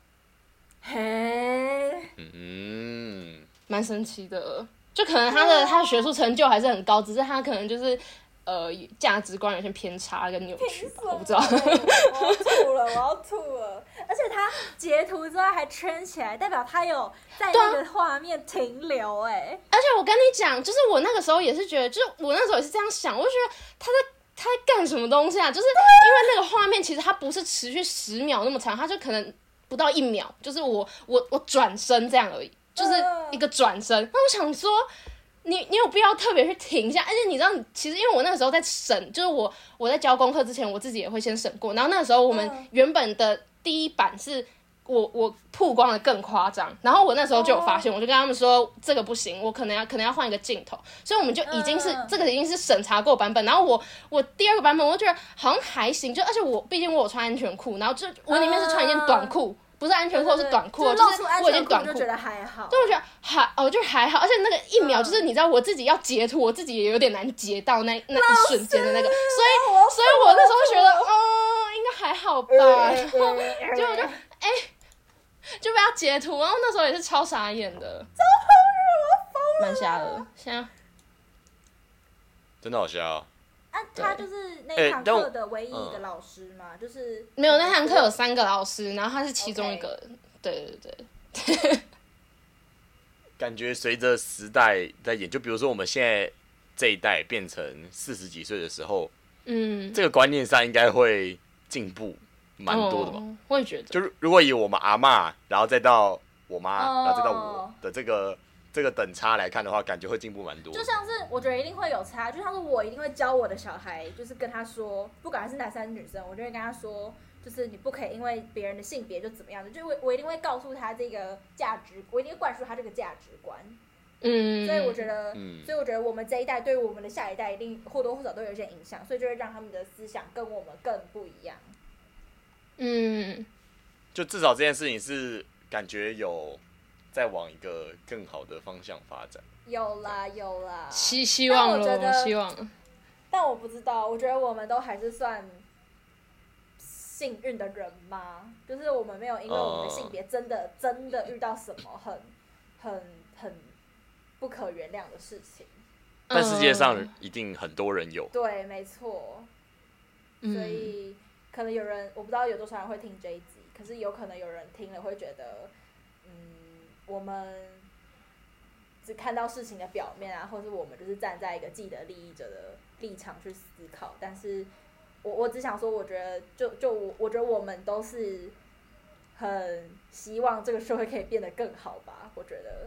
嘿， 嗯， 蛮神奇的。就可能他的他的学术成就还是很高，只是他可能就是呃价值观有些偏差跟扭曲吧，我不知道。 我要吐了，我要吐了！而且他截图之后还圈起来，代表他有在那个画面停留哎、欸。 而且我跟你讲，就是我那个时候也是觉得，就是我那时候也是这样想，我就觉得他在他在干什么东西啊？就是因为那个画面其实它不是持续十秒那么长，它就可能不到一秒，就是我我我转身这样而已。就是一个转身，那我想说，你你有必要特别去停一下？而且你知道，其实因为我那个时候在审，就是我我在交功课之前，我自己也会先审过。然后那个时候我们原本的第一版是我我曝光的更夸张，然后我那时候就有发现，我就跟他们说这个不行，我可能要可能要换一个镜头，所以我们就已经是这个已经是审查过版本。然后我我第二个版本，我就觉得好像还行，就而且我毕竟我有穿安全裤，然后就我里面是穿一件短裤。不是安全裤，是短裤， 就是我已经短裤， 就觉得还好。 对，我觉得还哦，就还好，而且那个一秒，就是你知道，我自己要截图，我自己也有点难截到那那一瞬间的那个，所以，所以我那时候觉得，哦，应该还好吧。然后结果就哎，就被他截图，然后那时候也是超傻眼的， 超好热，我疯了， 蛮瞎的，现在真的好瞎哦。 啊，他就是那堂课的唯一一个老师嘛，欸嗯、就是没有那堂课有三个老师，然后他是其中一个， okay. 对对对。 感觉随着时代在演，就比如说我们现在这一代变成四十几岁的时候，嗯，这个观念上应该会进步蛮多的吧？ 哦、我也觉得。 就如果以我们阿嬷，然后再到我妈，哦、然后再到我的这个。这个等差来看的话，感觉会进步蛮多。 就像是我觉得一定会有差，就像是我一定会教我的小孩，就是跟他说，不管是男生还是女生，我就会跟他说，就是你不可以因为别人的性别就怎么样的，就我我一定会告诉他这个价值，我一定会灌输他这个价值观。嗯，所以我觉得，嗯、所以我觉得我们这一代对于我们的下一代一定或多或少都有一些影响，所以就会让他们的思想跟我们更不一样。 嗯， 就至少这件事情是感觉有。再往一个更好的方向发展， 有啦有啦， 希希望咯，希望。 但我不知道，我觉得我们都还是算幸运的人吗？就是我们没有因为我们的性别真的、呃、真的遇到什么很很很不可原谅的事情。 但世界上一定很多人有。 对，没错。所以可能有人，我不知道有多少人会听这一集，可是有可能有人听了会觉得，嗯。我们只看到事情的表面啊，或是我们就是站在一个既得利益者的立场去思考。但是我我只想说，我觉得就就我我觉得我们都是很希望这个社会可以变得更好吧。我觉得，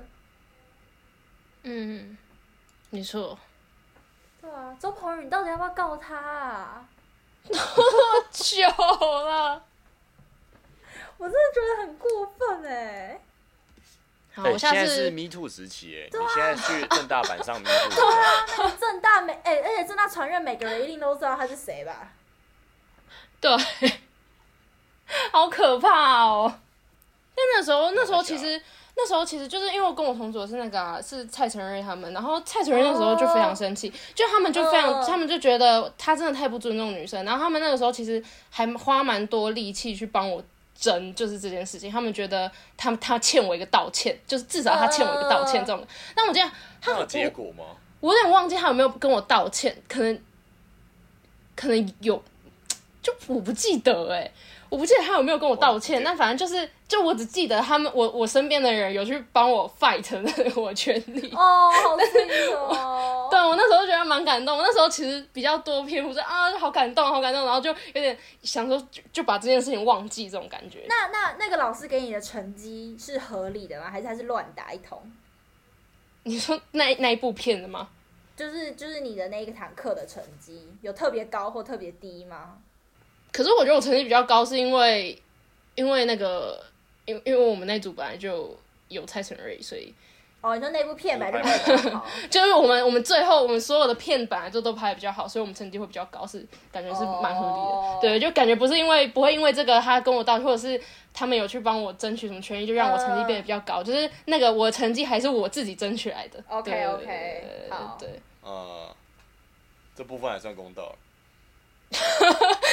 嗯，没错。 对啊，周鹏宇，你到底要不要告他啊？ 多久了？ 我真的觉得很过分哎、欸。 好，我下次现在是 Me Too 时期哎、啊，你现在去正大版上 Me Too。 对啊，那个正大每哎、欸，而且正大传院每个人一定都知道他是谁吧？ 对，好可怕哦！但那时候，那时候其实，那时候其实就是因为我跟我同组是那个、啊、是蔡成瑞他们，然后蔡成瑞那时候就非常生气， oh. 就他们就非常， oh. 他们就觉得他真的太不尊重女生，然后他们那个时候其实还花蛮多力气去帮我。争就是这件事情，他们觉得他他欠我一个道歉，就是至少他欠我一个道歉这种。Uh, 但我觉得他有结果吗？ 我, 我有点忘记他有没有跟我道歉，可能可能有，就我不记得哎、欸，我不记得他有没有跟我道歉。但反正就是，就我只记得他们，我我身边的人有去帮我 fight 那个我权利。 哦，好幸哦。 对，我那时候觉得蛮感动。我那时候其实比较多篇幅是啊，好感动，好感动，然后就有点想说就，就把这件事情忘记这种感觉。 那那那个老师给你的成绩是合理的吗？还是他是乱打一通？ 你说那那一部片的吗？ 就是就是你的那一堂课的成绩有特别高或特别低吗？ 可是我觉得我成绩比较高，是因为因为那个因因为我们那组本来就有蔡成瑞，所以。 哦，你说那部片本来就拍得比较好， 就是我们我们最后我们所有的片本来就都拍得比较好，所以我们成绩会比较高，是感觉是蛮合理的。Oh. 对，就感觉不是因为不会因为这个他跟我道歉，或者是他们有去帮我争取什么权益，就让我成绩变得比较高。Uh. 就是那个我的成绩还是我自己争取来的。 OK OK， 好， 对， 呃，这部分还算公道。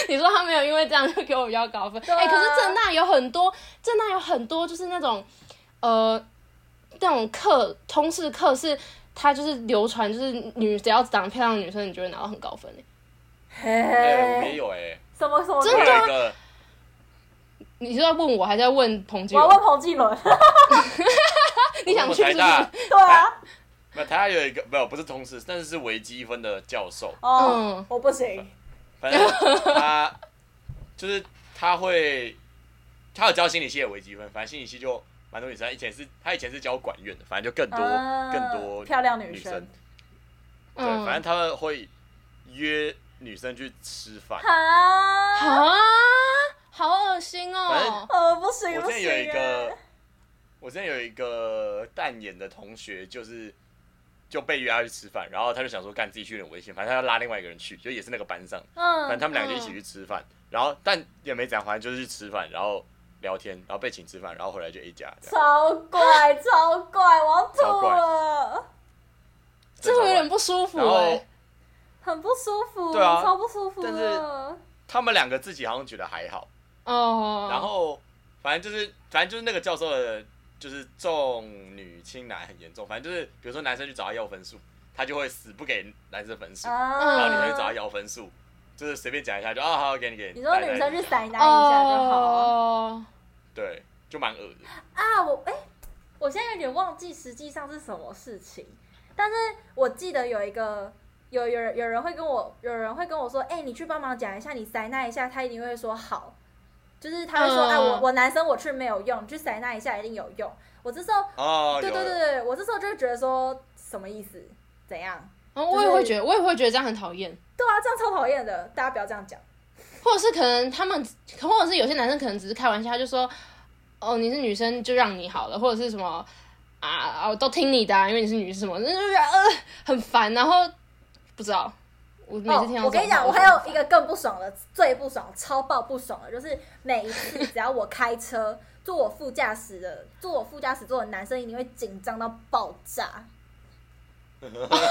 你说他没有因为这样就给我比较高分，哎、啊欸，可是政大有很多，政大有很多就是那种呃那种课，通识课是它就是流传，就是女只要长得漂亮的女生，你就会拿到很高分哎、欸。哎、欸，我们也有哎、欸， 什么什么？ 真的？你是在问我，还是在问彭继伦？ 我要问彭继伦。 你想去是不是？ 对啊。 没有，台大有一个没有不是通识，但是是微积分的教授。 哦，嗯、我不行。 反正他就是他会，他有教心理系的微积分，反正心理系就蛮多女生。以前是他以前是教管院的，反正就更多、啊、更多漂亮女生。 女生对，嗯、反正他们会约女生去吃饭。 啊，好恶心哦！ 反正哦不行我之前有一个，我之前有一个淡眼的同学，就是就被约他去吃饭，然后他就想说干自己去有点危险，反正他要拉另外一个人去，就也是那个班上，嗯，反正他们两个就一起去吃饭，嗯、然后但也没怎样，反正就是去吃饭，然后聊天，然后被请吃饭，然后回来就 A 加， 超怪超怪，我要吐了， 这会有点不舒服哎、欸， 很不舒服， 对啊， 超不舒服的。 但是他们两个自己好像觉得还好， 哦， 然后反正就是反正就是那个教授的。就是重女轻男很严重，反正就是比如说男生去找他要分数，他就会死不给男生分数，啊、然后女生去找他要分数，就是随便讲一下就啊好给你给你。 你说女生去塞奶一下就好。 哦， 对，就蛮恶的。 啊，我哎、欸，我现在有点忘记实际上是什么事情，但是我记得有一个有有人有人会跟我有人会跟我说，哎、欸，你去帮忙讲一下，你塞奶一下，他一定会说好。就是他会说，哎、嗯啊，我我男生我去没有用，你去塞那一下一定有用。我这时候， 哦， 对对对对，我这时候就会觉得说，什么意思？怎样？ 哦，我也会觉得，我也会觉得这样很讨厌。 对啊，这样超讨厌的，大家不要这样讲。 或者是可能他们，或者是有些男生可能只是开玩笑，就说，哦，你是女生就让你好了，或者是什么啊，我都听你的、啊，因为你是女生什么，就是呃很烦，然后不知道。我每次听到、 哦、我跟你讲，我还有一个更不爽的，最不爽、超爆不爽的，就是每一次只要我开车，坐我副驾驶的，坐我副驾驶座的男生一定会紧张到爆炸。就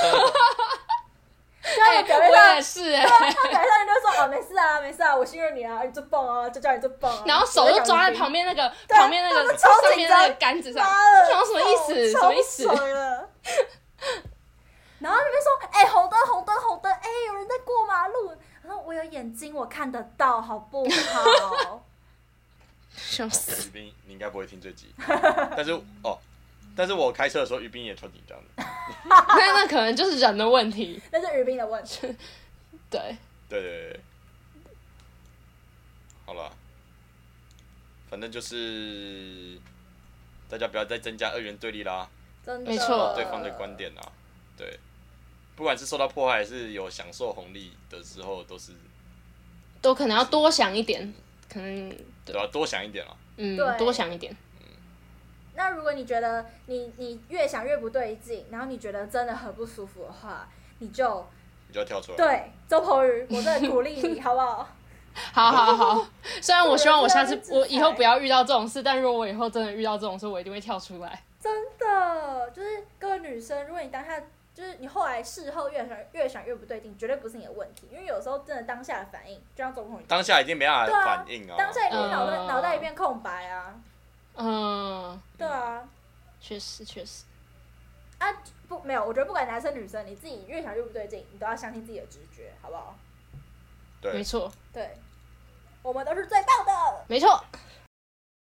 他们表面上、 欸、我也是哎、欸， 他表面上就说哦没事啊没事啊，我信任你啊，你做棒啊，就叫你做棒啊， 然后手就抓在旁边那个旁边那个上面那个杆子上，想什么意思？什么意思？ 然后那边说，哎、欸，红灯，红灯，红灯，哎、欸，有人在过马路。然后我有眼睛，我看得到，好不好？ 笑死！ 于斌，你应该不会听这集，但是哦，但是我开车的时候，于斌也超紧张的。 那那可能就是人的问题， 那是于斌的问题。 对， 对对对，好了，反正就是大家不要再增加二元对立啦， 真的， 没错， 对方的观点啊，对。不管是受到迫害还是有享受红利的时候，都是都可能要多想一点，可能对, 对啊，多想一点啦。 嗯，多想一点。 嗯，那如果你觉得你你越想越不对劲，然后你觉得真的很不舒服的话，你就你就要跳出来。 对，周鹏宇，我真的鼓励你，好不好？ 好好好，虽然我希望我下次我以后不要遇到这种事，但如果我以后真的遇到这种事，我一定会跳出来。 真的，就是各位女生，如果你当下。就是你后来事后越想越想越不对劲，绝对不是你的问题，因为有时候真的当下的反应，就像周鹏宇， 当下一定没办法反应啊， 当下一定脑袋脑袋一片空白啊， 嗯， 对啊， 确实确实， 啊不没有，我觉得不管男生女生，你自己越想越不对劲，你都要相信自己的直觉，好不好？ 对， 没错， 对，我们都是最棒的， 没错。